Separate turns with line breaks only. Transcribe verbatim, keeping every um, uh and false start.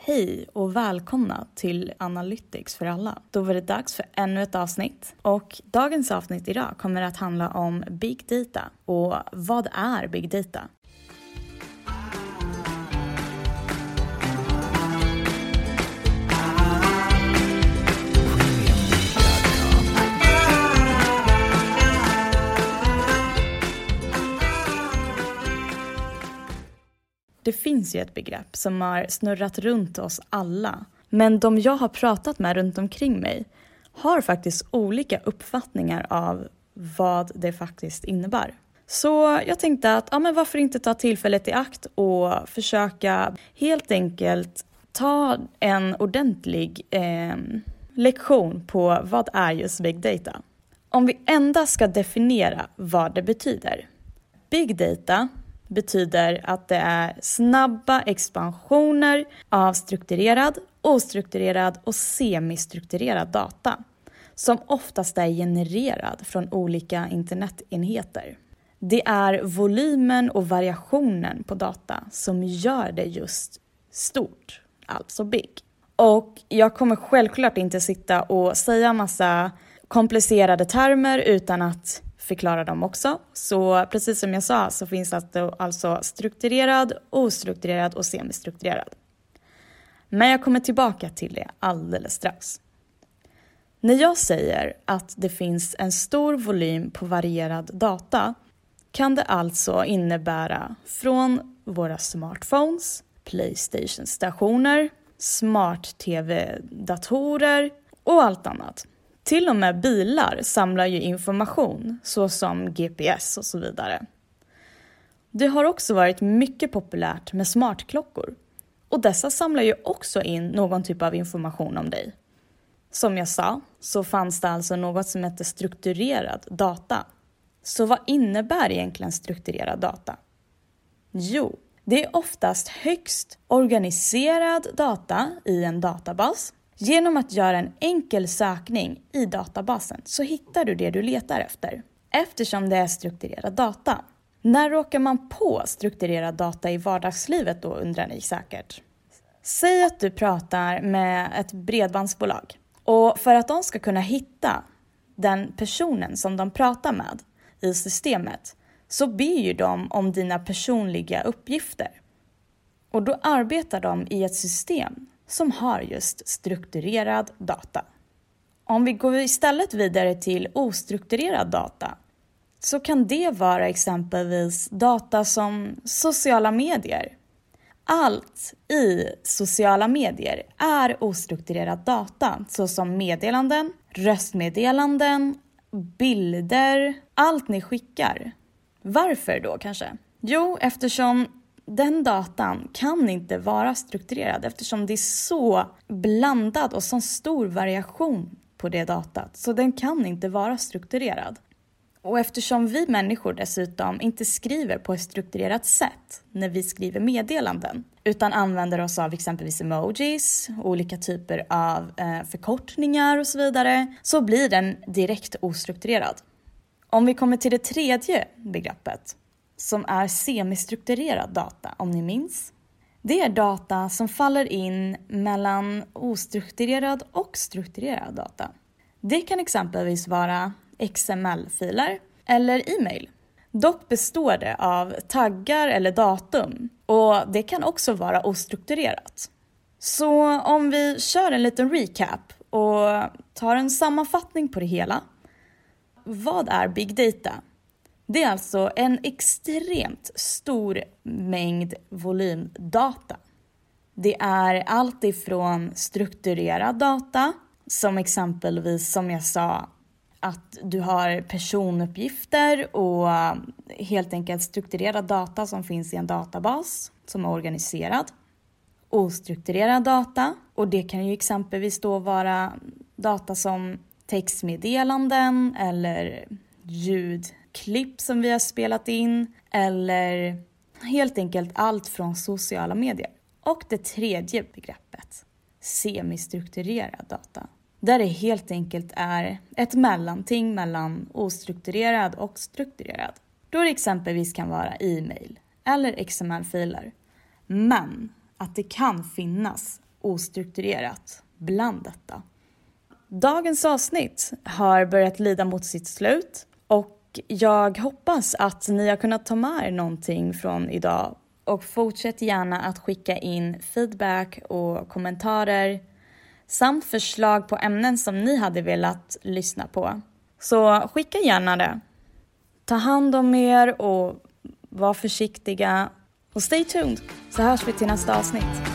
Hej och välkomna till Analytics för alla. Då var det dags för ännu ett avsnitt. Och dagens avsnitt idag kommer att handla om Big Data. Och vad är Big Data? Det finns ju ett begrepp som har snurrat runt oss alla. Men de jag har pratat med runt omkring mig har faktiskt olika uppfattningar av vad det faktiskt innebär. Så jag tänkte att ja, men varför inte ta tillfället i akt och försöka helt enkelt ta en ordentlig eh, lektion på vad är just Big Data. Om vi endast ska definiera vad det betyder. Big Data betyder att det är snabba expansioner av strukturerad, ostrukturerad och semistrukturerad data som oftast är genererad från olika internetenheter. Det är volymen och variationen på data som gör det just stort, alltså big. Och jag kommer självklart inte sitta och säga massa komplicerade termer utan att förklara dem också. Så precis som jag sa så finns det alltså strukturerad, ostrukturerad och semistrukturerad. Men jag kommer tillbaka till det alldeles strax. När jag säger att det finns en stor volym på varierad data kan det alltså innebära från våra smartphones, PlayStation-stationer, smart-tv-datorer och allt annat. Till och med bilar samlar ju information såsom G P S och så vidare. Det har också varit mycket populärt med smartklockor. Och dessa samlar ju också in någon typ av information om dig. Som jag sa så fanns det alltså något som heter strukturerad data. Så vad innebär egentligen strukturerad data? Jo, det är oftast högst organiserad data i en databas. Genom att göra en enkel sökning i databasen så hittar du det du letar efter. Eftersom det är strukturerad data. När råkar man på strukturerad data i vardagslivet då, undrar ni säkert. Säg att du pratar med ett bredbandsbolag. Och för att de ska kunna hitta den personen som de pratar med i systemet så ber ju de om dina personliga uppgifter. Och då arbetar de i ett system som har just strukturerad data. Om vi går istället vidare till ostrukturerad data så kan det vara exempelvis data som sociala medier. Allt i sociala medier är ostrukturerad data såsom meddelanden, röstmeddelanden, bilder, allt ni skickar. Varför då kanske? Jo, eftersom den datan kan inte vara strukturerad eftersom det är så blandad och så stor variation på det datat. Så den kan inte vara strukturerad. Och eftersom vi människor dessutom inte skriver på ett strukturerat sätt när vi skriver meddelanden utan använder oss av exempelvis emojis, olika typer av eh, förkortningar och så vidare så blir den direkt ostrukturerad. Om vi kommer till det tredje begreppet som är semistrukturerad data, om ni minns. Det är data som faller in mellan ostrukturerad och strukturerad data. Det kan exempelvis vara X M L-filer eller e-mail. Dock består det av taggar eller datum och det kan också vara ostrukturerat. Så om vi kör en liten recap och tar en sammanfattning på det hela. Vad är Big Data? Det är alltså en extremt stor mängd volymdata. Det är allt ifrån strukturerad data, som exempelvis som jag sa, att du har personuppgifter och helt enkelt strukturerad data som finns i en databas som är organiserad. Ostrukturerad data, och det kan ju exempelvis då vara data som textmeddelanden eller ljudklipp som vi har spelat in eller helt enkelt allt från sociala medier. Och det tredje begreppet, semistrukturerad data. Där det helt enkelt är ett mellanting mellan ostrukturerad och strukturerad. Då det exempelvis kan vara e-mail eller X M L-filer. Men att det kan finnas ostrukturerat bland detta. Dagens avsnitt har börjat lida mot sitt slut och jag hoppas att ni har kunnat ta med er någonting från idag och fortsätt gärna att skicka in feedback och kommentarer samt förslag på ämnen som ni hade velat lyssna på. Så skicka gärna det. Ta hand om er och var försiktiga och stay tuned så hörs vi till nästa avsnitt.